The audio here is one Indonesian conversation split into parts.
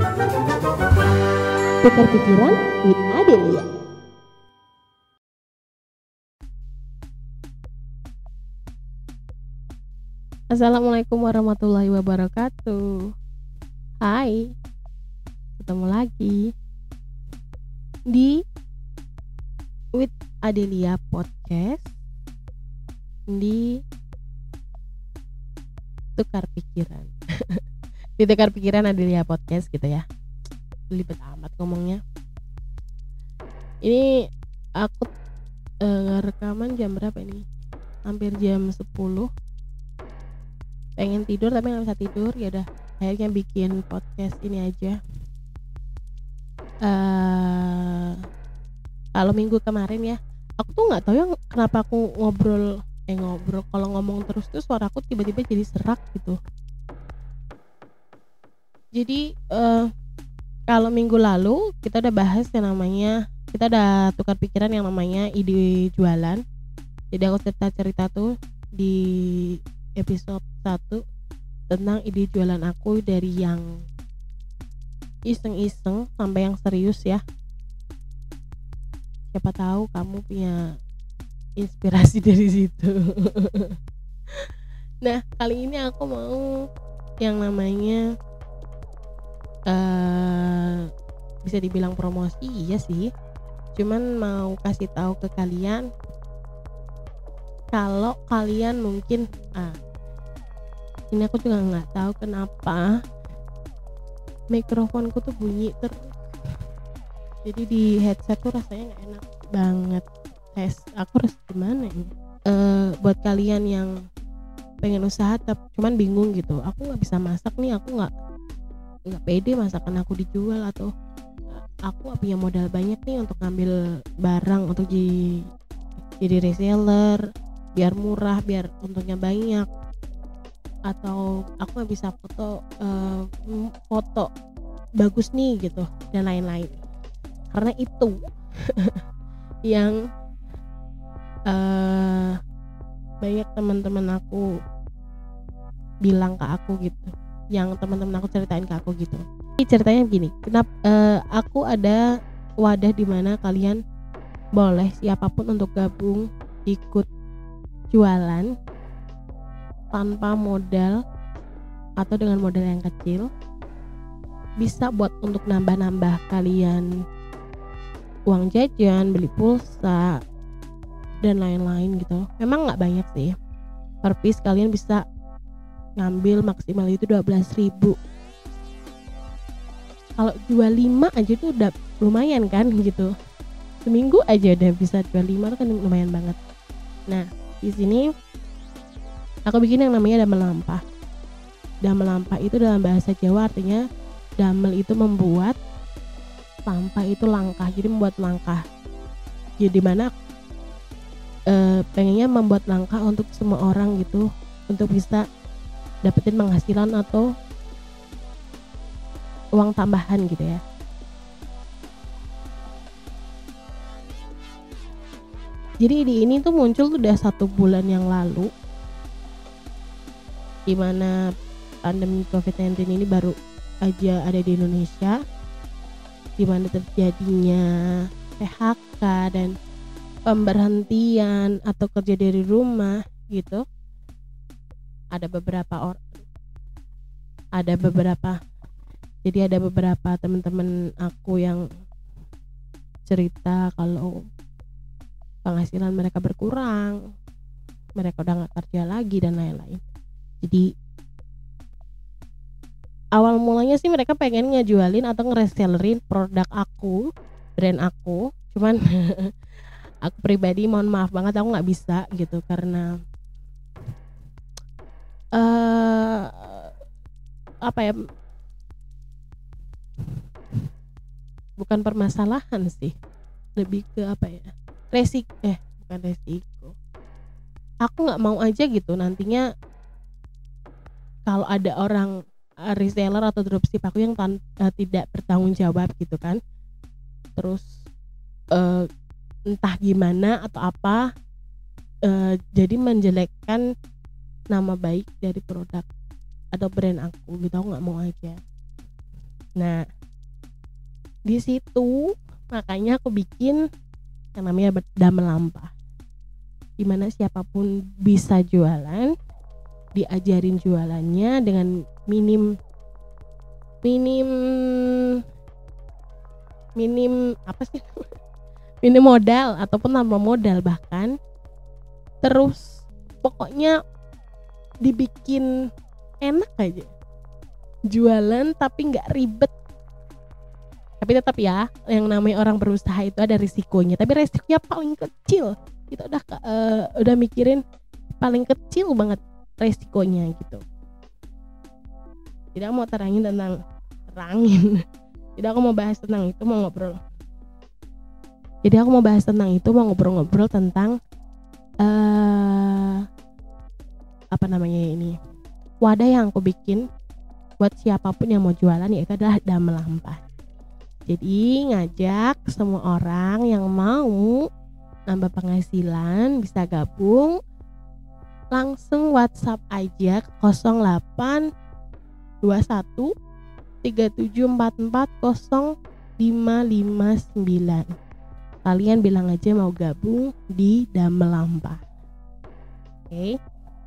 Tukar pikiran with Adelia. Assalamualaikum warahmatullahi wabarakatuh. Hai, ketemu lagi di with Adelia Podcast di Tukar Pikiran. Di Tukar Pikiran Adelia Podcast gitu ya. Libet amat ngomongnya. Ini aku rekaman jam berapa ini? Hampir jam 10. Pengen tidur tapi gak bisa tidur. Ya udah, akhirnya bikin podcast ini aja. Kalau minggu kemarin ya, aku tuh nggak tahu ya kenapa aku ngobrol kalau ngomong terus tuh suaraku tiba-tiba jadi serak gitu. Jadi kalau minggu lalu kita udah bahas yang namanya, kita udah tukar pikiran yang namanya ide jualan. Jadi aku cerita tuh di episode 1 tentang ide jualan aku, dari yang iseng-iseng sampai yang serius ya. Siapa tahu kamu punya inspirasi dari situ. Nah, kali ini aku mau yang namanya bisa dibilang promosi, iya sih. Cuman mau kasih tahu ke kalian kalau kalian mungkin ini aku juga nggak tahu kenapa mikrofonku tuh bunyi terus. Jadi di headset tuh rasanya nggak enak banget. Aku harus gimana ini? Buat kalian yang pengen usaha cuman bingung gitu, aku nggak bisa masak nih, aku nggak pede masakan aku dijual, atau aku gak punya modal banyak nih untuk ngambil barang untuk jadi reseller biar murah, biar untungnya banyak, atau aku gak bisa foto bagus nih gitu dan lain-lain. Karena itu yang banyak teman-teman aku bilang ke aku gitu, yang teman-teman aku ceritain ke aku gitu. Ceritanya begini, kenapa aku ada wadah di mana kalian boleh siapapun untuk gabung ikut jualan tanpa modal atau dengan modal yang kecil, bisa buat untuk nambah-nambah kalian uang jajan, beli pulsa dan lain-lain gitu. Memang nggak banyak sih, per piece kalian bisa ngambil maksimal itu 12.000. Kalau jual 5 aja itu udah lumayan kan gitu. Seminggu aja udah bisa jual 5, itu kan lumayan banget. Nah, di sini aku bikin yang namanya damel lampah. Damel lampah itu dalam bahasa Jawa artinya damel itu membuat, lampah itu langkah. Jadi membuat langkah. Jadi mana pengennya membuat langkah untuk semua orang gitu, untuk bisa dapetin penghasilan atau uang tambahan gitu ya. Jadi ide ini tuh muncul tuh udah 1 bulan yang lalu, dimana pandemi COVID-19 ini baru aja ada di Indonesia, dimana terjadinya PHK dan pemberhentian atau kerja dari rumah gitu. Ada beberapa teman-teman aku yang cerita kalau penghasilan mereka berkurang, mereka udah gak kerja lagi dan lain-lain. Jadi awal mulanya sih mereka pengen ngejualin atau ngeresellerin produk aku, brand aku. Cuman aku pribadi mohon maaf banget, aku gak bisa gitu, karena bukan permasalahan sih, lebih ke bukan resiko. Aku nggak mau aja gitu nantinya kalau ada orang reseller atau dropship aku yang tidak bertanggung jawab gitu kan, terus entah gimana atau apa, jadi menjelekkan nama baik dari produk atau brand aku gitu. Aku nggak mau aja. Nah, Di situ makanya aku bikin yang namanya Damel Lampah, dimana siapapun bisa jualan, diajarin jualannya dengan minim apa sih minim modal ataupun tanpa modal bahkan. Terus pokoknya dibikin enak aja jualan, tapi nggak ribet. Tapi tetap ya, yang namanya orang berusaha itu ada risikonya, tapi risikonya paling kecil. Kita udah mikirin paling kecil banget resikonya gitu. Tidak mau terangin. Jadi aku mau bahas tentang itu, mau ngobrol. Jadi aku mau bahas tentang itu, mau ngobrol-ngobrol tentang apa namanya ini, wadah yang aku bikin buat siapapun yang mau jualan, yaitu adalah Damel Lampah. Jadi ngajak semua orang yang mau nambah penghasilan bisa gabung, langsung WhatsApp aja ke 0821 3744 0559. Kalian bilang aja mau gabung di Damel Lampah. Oke.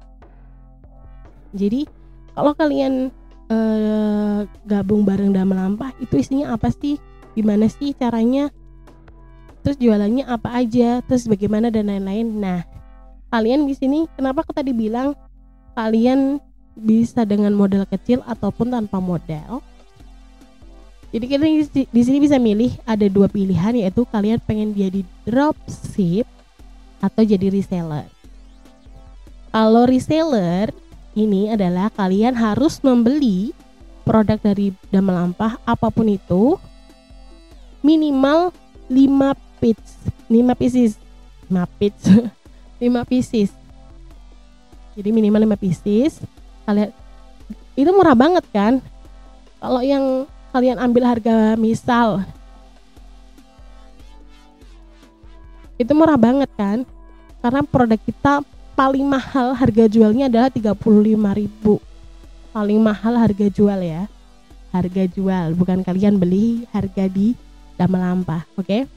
Jadi kalau kalian gabung bareng Damel Lampah, itu isinya apa sih? Gimana sih caranya? Terus jualannya apa aja? Terus bagaimana dan lain-lain. Nah, kalian di sini kenapa aku tadi bilang kalian bisa dengan modal kecil ataupun tanpa modal? Jadi kalian di sini bisa milih, ada 2 pilihan, yaitu kalian pengen jadi dropship atau jadi reseller. Kalau reseller ini adalah kalian harus membeli produk dari Damel Lampah apapun itu minimal 5 pieces. Jadi minimal 5 pieces. Kalian itu murah banget kan? Kalau yang kalian ambil harga misal itu murah banget kan? Karena produk kita paling mahal harga jualnya adalah 35.000. Paling mahal harga jual ya. Harga jual, bukan kalian beli harga di Damel Lampah, oke?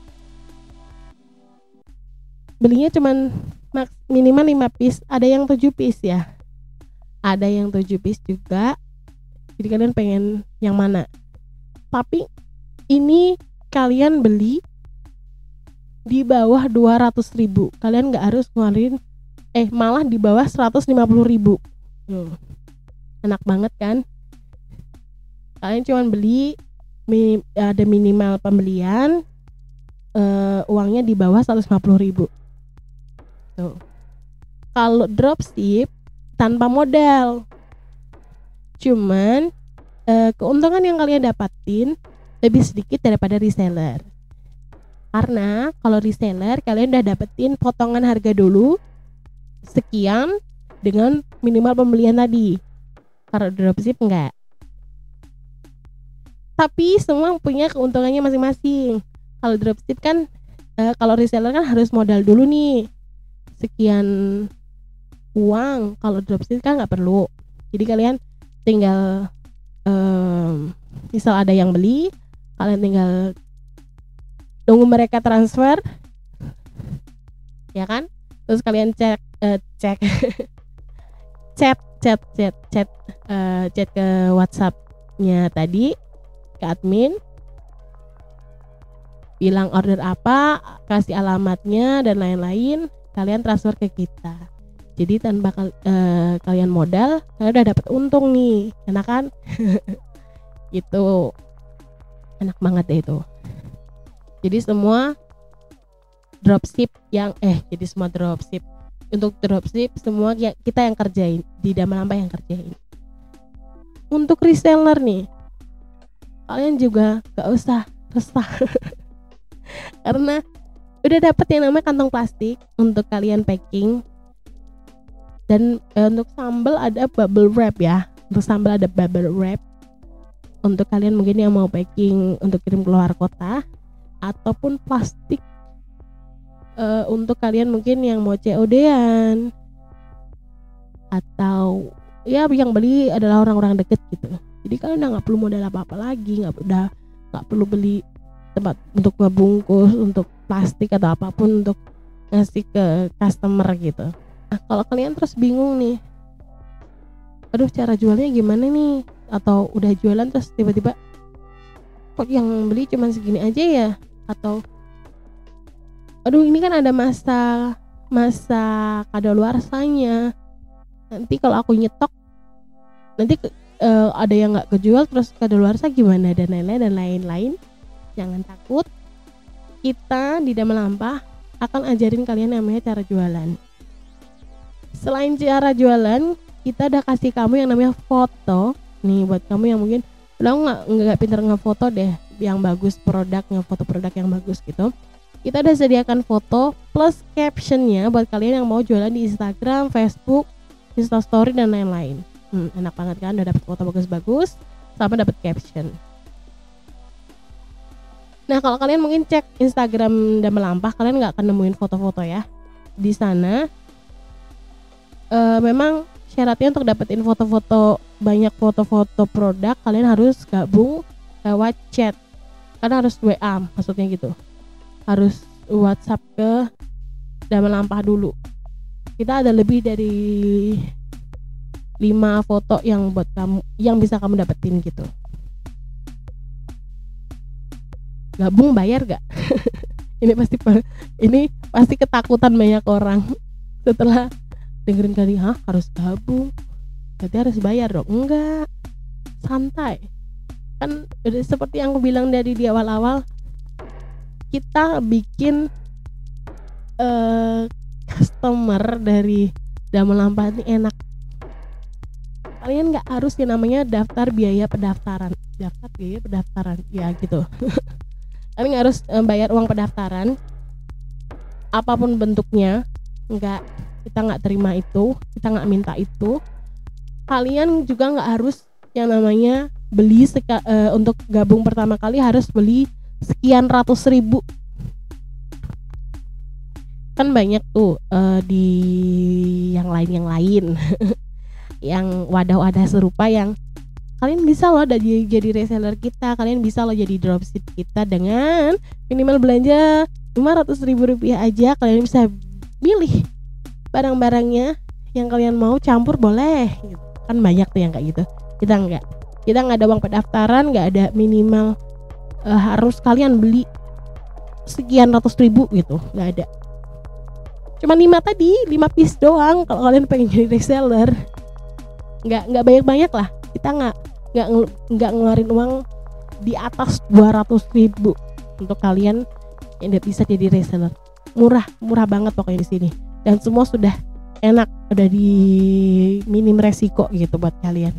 Belinya cuman minimal 5 piece, ada yang 7 piece ya. Ada yang 7 piece juga. Jadi kalian pengen yang mana? Tapi ini kalian beli di bawah 200.000. Kalian nggak harus ngeluarin malah di bawah 150.000. Enak banget kan? Kalian cuman beli ada minimal pembelian, uangnya di bawah 150.000. Tuh. Kalau dropship tanpa modal, cuman keuntungan yang kalian dapatin lebih sedikit daripada reseller. Karena kalau reseller kalian udah dapetin potongan harga dulu sekian dengan minimal pembelian tadi. Kalau dropship enggak. Tapi semua punya keuntungannya masing-masing. Kalau dropship kan kalau reseller kan harus modal dulu nih sekian uang. Kalau dropship kan nggak perlu. Jadi kalian tinggal misal ada yang beli, kalian tinggal tunggu mereka transfer, ya kan? Terus kalian chat ke WhatsApp-nya tadi, ke admin, bilang order apa, kasih alamatnya dan lain-lain, kalian transfer ke kita. Jadi tanpa kalian modal, kalian udah dapat untung nih, enak kan? Itu enak banget deh itu. Jadi semua dropship untuk dropship semua kita yang kerjain, di Damel Lampah yang kerjain. Untuk reseller nih, kalian juga gak usah resah karena udah dapet yang namanya kantong plastik untuk kalian packing. Dan untuk sambal ada bubble wrap ya. Untuk sambal ada bubble wrap untuk kalian mungkin yang mau packing untuk kirim keluar kota, ataupun plastik untuk kalian mungkin yang mau COD-an, atau ya yang beli adalah orang-orang deket gitu. Jadi kalian udah nggak perlu modal apa-apa lagi, nggak nggak perlu beli tempat untuk ngebungkus, untuk plastik atau apapun untuk ngasih ke customer gitu. Nah, kalau kalian terus bingung nih, aduh cara jualnya gimana nih, atau udah jualan terus tiba-tiba kok yang beli cuma segini aja ya, atau aduh ini kan ada masa kadaluarsanya, nanti kalau aku nyetok nanti ada yang nggak kejual terus kadaluarsa gimana dan lain-lain. Jangan takut, kita di Damai Lampah akan ajarin kalian namanya cara jualan. Selain cara jualan, kita udah kasih kamu yang namanya foto nih, buat kamu yang mungkin udah nggak pinter ngefoto deh yang bagus, ngefoto produk yang bagus gitu. Kita udah sediakan foto plus captionnya buat kalian yang mau jualan di Instagram, Facebook, Instastory dan lain-lain. Enak banget kan, udah dapet foto bagus-bagus sama dapet caption. Nah, kalau kalian mungkin cek Instagram Damai Lampah, kalian nggak akan nemuin foto-foto ya. Di sana memang syaratnya untuk dapetin banyak foto-foto produk, kalian harus gabung lewat chat. Karena harus WA, maksudnya gitu. Harus WhatsApp ke Damai Lampah dulu. Kita ada lebih dari 5 foto yang buat kamu, yang bisa kamu dapetin gitu. Gabung bayar gak? ini pasti ketakutan banyak orang setelah dengerin kali, harus gabung, berarti harus bayar dong? Enggak, santai. Kan udah seperti yang aku bilang dari di awal-awal, kita bikin customer dari Damai Lampah ini enak. Kalian nggak harus yang namanya daftar biaya pendaftaran ya gitu. Kalian nggak harus bayar uang pendaftaran apapun bentuknya, kita nggak terima itu, kita nggak minta itu. Kalian juga nggak harus yang namanya beli untuk gabung pertama kali harus beli sekian ratus ribu. Kan banyak tuh di yang lain yang wadah-wadah serupa yang kalian bisa loh jadi reseller kita, kalian bisa loh jadi dropship kita dengan minimal belanja 500 ribu rupiah aja. Kalian bisa milih barang-barangnya yang kalian mau, campur boleh gitu. Kan banyak tuh yang kayak gitu. Kita nggak ada uang pendaftaran, nggak ada minimal harus kalian beli sekian ratus ribu gitu, nggak ada. Cuma 5 piece doang kalau kalian pengen jadi reseller. Nggak banyak lah, kita nggak ngeluarin uang di atas 200 ribu untuk kalian yang bisa jadi reseller. Murah banget pokoknya di sini, dan semua sudah enak, udah di minim resiko gitu buat kalian.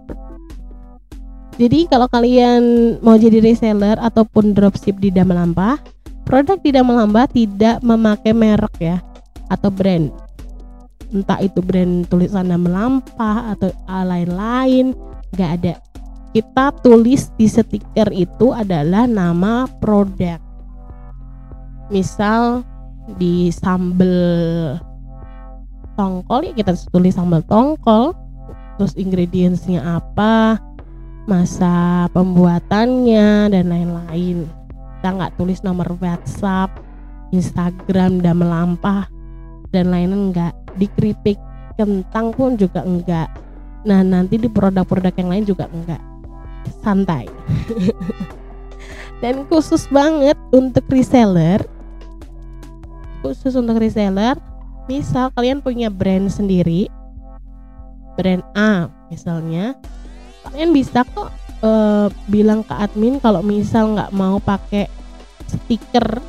Jadi kalau kalian mau jadi reseller ataupun dropship di Damai Lampah, produk di Damai Lampah tidak memakai merek ya atau brand, entah itu brand tulisan Damai Lampah atau lain-lain, nggak ada. Kita tulis di stiker itu adalah nama produk. Misal di sambal tongkol ya kita tulis sambal tongkol, terus ingredientsnya apa, masa pembuatannya dan lain-lain. Kita nggak tulis nomor WhatsApp, Instagram Damai Lampah dan lain-lain, enggak. Di keripik kentang pun juga enggak. Nah, nanti di produk-produk yang lain juga enggak. Santai. Dan khusus banget untuk reseller, misal kalian punya brand sendiri, brand A misalnya, kalian bisa kok bilang ke admin kalau misal nggak mau pakai stiker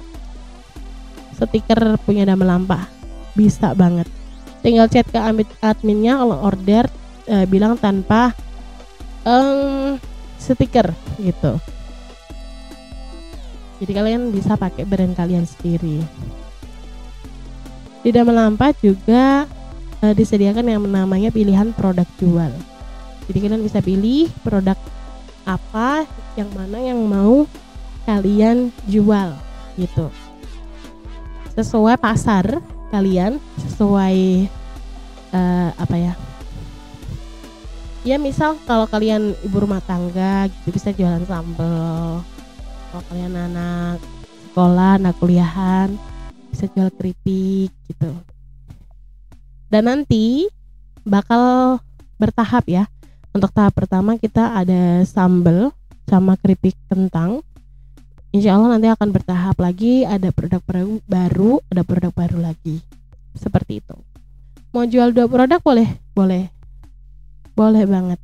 punya Damai Lampah, bisa banget. Tinggal chat ke adminnya kalau order, bilang tanpa stiker gitu. Jadi kalian bisa pakai brand kalian sendiri. Di Damai Lampah juga disediakan yang namanya pilihan produk jual. Jadi kalian bisa pilih produk apa, yang mana yang mau kalian jual gitu. Sesuai pasar kalian, sesuai ya misal kalau kalian ibu rumah tangga gitu bisa jualan sambal, Kalau kalian anak sekolah, anak kuliahan, bisa jual keripik gitu. Dan nanti bakal bertahap ya. Untuk tahap pertama kita ada sambal sama keripik kentang. Insya Allah nanti akan bertahap lagi, ada produk baru, ada produk baru lagi. Seperti itu. Mau jual 2 produk boleh? Boleh banget.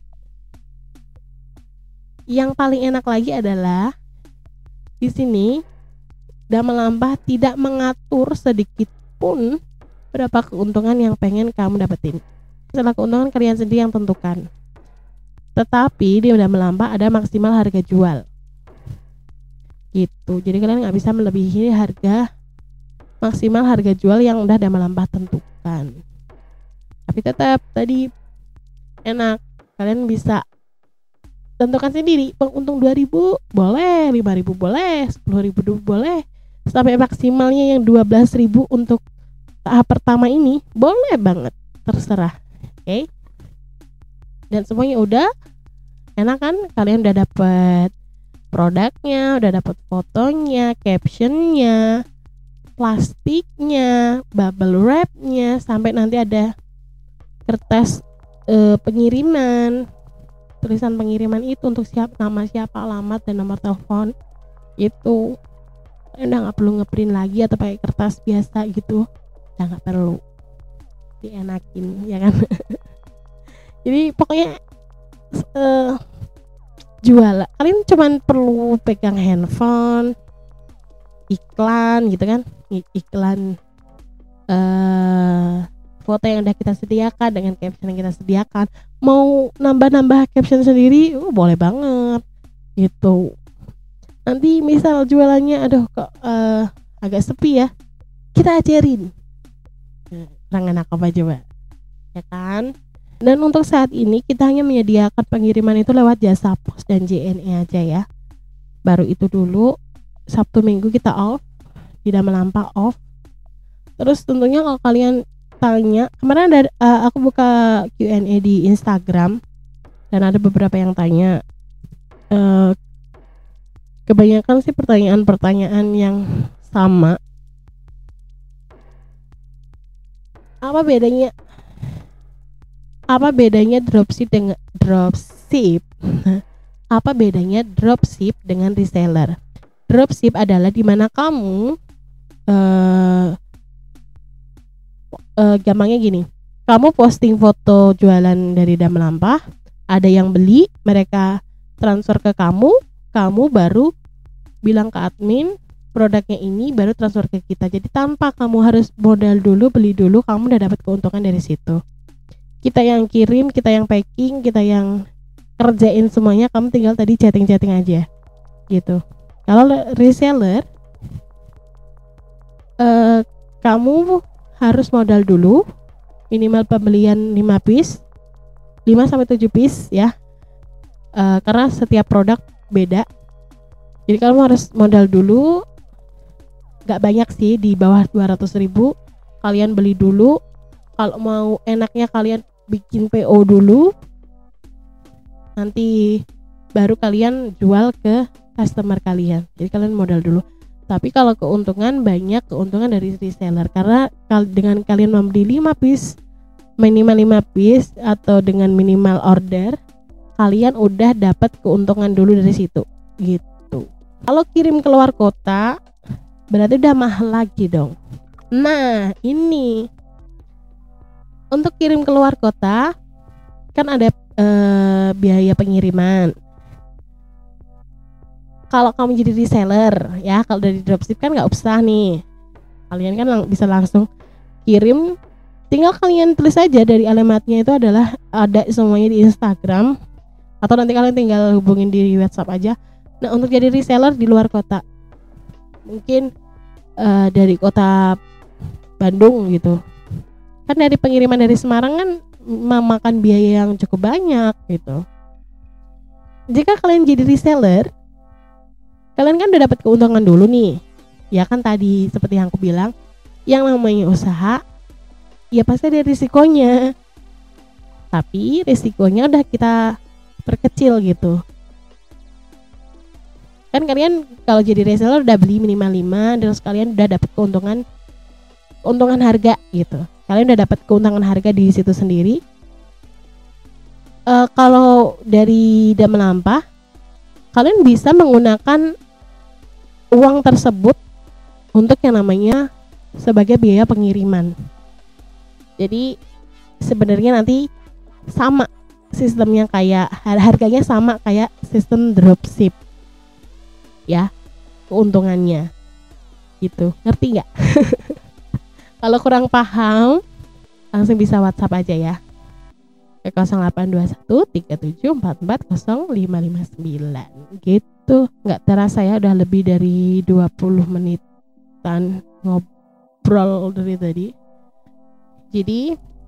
Yang paling enak lagi adalah di sini Dama Lampah tidak mengatur sedikit pun berapa keuntungan yang pengen kamu dapetin. Setelah keuntungan kalian sendiri yang tentukan. Tetapi di Dama Lampah ada maksimal harga jual. Gitu. Jadi kalian nggak bisa melebihi maksimal harga jual yang udah Dama Lampah tentukan. Tapi tetap tadi enak. Kalian bisa tentukan sendiri. Untung 2.000 boleh, 5.000 boleh, 10.000 boleh. Sampai maksimalnya yang 12.000 untuk tahap pertama ini boleh banget, terserah. Oke. Dan semuanya udah enak kan? Kalian udah dapet produknya, udah dapet fotonya, captionnya, plastiknya, bubble wrapnya, sampai nanti ada kertas pengiriman, tulisan pengiriman itu untuk nama siapa, alamat dan nomor telepon. Itu udah nggak perlu ngeprint lagi atau pakai kertas biasa gitu, udah nggak perlu, dienakin ya kan. Jadi pokoknya jual, kalian cuman perlu pegang handphone, iklan gitu kan, iklan foto yang udah kita sediakan dengan caption yang kita sediakan. Mau nambah caption sendiri, boleh banget gitu. Nanti misal jualannya aduh kok agak sepi ya, kita ajarin kurang enak apa coba ya kan. Dan untuk saat ini kita hanya menyediakan pengiriman itu lewat jasa pos dan JNE aja ya. Baru itu dulu. Sabtu Minggu kita off, tidak melampau off. Terus tentunya kalau kalian tanya, kemarin ada aku buka Q&A di Instagram dan ada beberapa yang tanya. Kebanyakan sih pertanyaan-pertanyaan yang sama. Apa bedanya dropship dengan Apa bedanya dropship dengan reseller? Dropship adalah dimana kamu gampangnya gini, kamu posting foto jualan dari Dama Lampah, ada yang beli, mereka transfer ke kamu baru bilang ke admin produknya ini, baru transfer ke kita. Jadi tanpa kamu harus modal dulu, beli dulu, kamu udah dapat keuntungan dari situ. Kita yang kirim, kita yang packing, kita yang kerjain semuanya, kamu tinggal tadi chatting aja gitu. Kalau reseller kamu harus modal dulu, minimal pembelian 5 piece, 5-7 piece ya, karena setiap produk beda. Jadi kamu harus modal dulu, gak banyak sih, di bawah 200.000 kalian beli dulu. Kalau mau enaknya kalian bikin PO dulu, nanti baru kalian jual ke customer kalian. Jadi kalian modal dulu. Tapi kalau keuntungan, banyak keuntungan dari reseller, karena dengan kalian membeli 5 piece, minimal 5 piece atau dengan minimal order, kalian udah dapat keuntungan dulu dari situ gitu. Kalau kirim keluar kota berarti udah mahal lagi dong. Nah, ini untuk kirim keluar kota kan ada biaya pengiriman. Kalau kamu jadi reseller ya, kalau dari dropship kan nggak usah nih, kalian kan bisa langsung kirim, tinggal kalian tulis aja dari alamatnya, itu adalah ada semuanya di Instagram, atau nanti kalian tinggal hubungin di WhatsApp aja. Nah, untuk jadi reseller di luar kota, mungkin dari kota Bandung gitu, kan dari pengiriman dari Semarang kan memakan biaya yang cukup banyak gitu. Jika kalian jadi reseller, kalian kan udah dapat keuntungan dulu nih, ya kan. Tadi seperti yang aku bilang, yang namanya usaha ya pasti ada risikonya, tapi risikonya udah kita perkecil gitu. kan kalian kalau jadi reseller udah beli minimal 5, terus kalian udah dapat keuntungan harga gitu. Kalian udah dapat keuntungan harga di situ sendiri. Kalau dari Damelampah, kalian bisa menggunakan uang tersebut untuk yang namanya sebagai biaya pengiriman. Jadi sebenarnya nanti sama sistemnya, kayak harganya sama kayak sistem dropship ya, keuntungannya gitu. Ngerti nggak? Kalau kurang paham langsung bisa WhatsApp aja ya ke 0821 3744 0559 gitu. Nggak terasa ya udah lebih dari 20 menitan ngobrol dari tadi. Jadi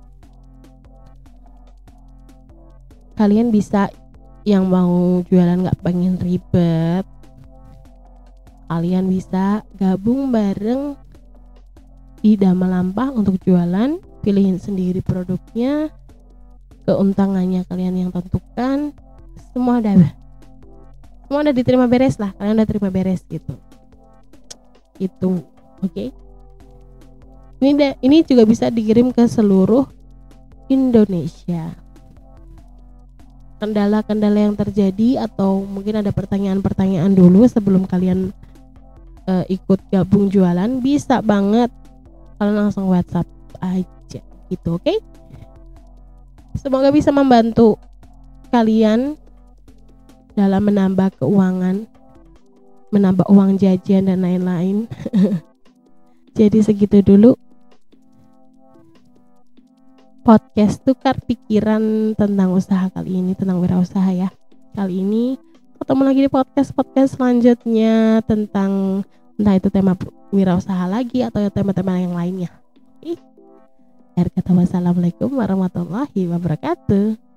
kalian bisa, yang mau jualan nggak pengen ribet, kalian bisa gabung bareng di Damelampah untuk jualan, pilihin sendiri produknya, keuntungannya kalian yang tentukan, semua udah diterima beres lah, kalian udah terima beres gitu. Itu oke. Ini juga bisa dikirim ke seluruh Indonesia. Kendala-kendala yang terjadi atau mungkin ada pertanyaan-pertanyaan dulu sebelum kalian ikut gabung jualan, bisa banget kalian langsung WhatsApp aja gitu, oke? Semoga bisa membantu kalian dalam menambah keuangan, menambah uang jajan dan lain-lain. Jadi segitu dulu podcast tukar pikiran tentang usaha kali ini, tentang wirausaha ya. Kali ini ketemu lagi di podcast selanjutnya tentang entah itu tema wirausaha lagi atau tema-tema yang lainnya. Akhir kata, wassalamualaikum warahmatullahi wabarakatuh.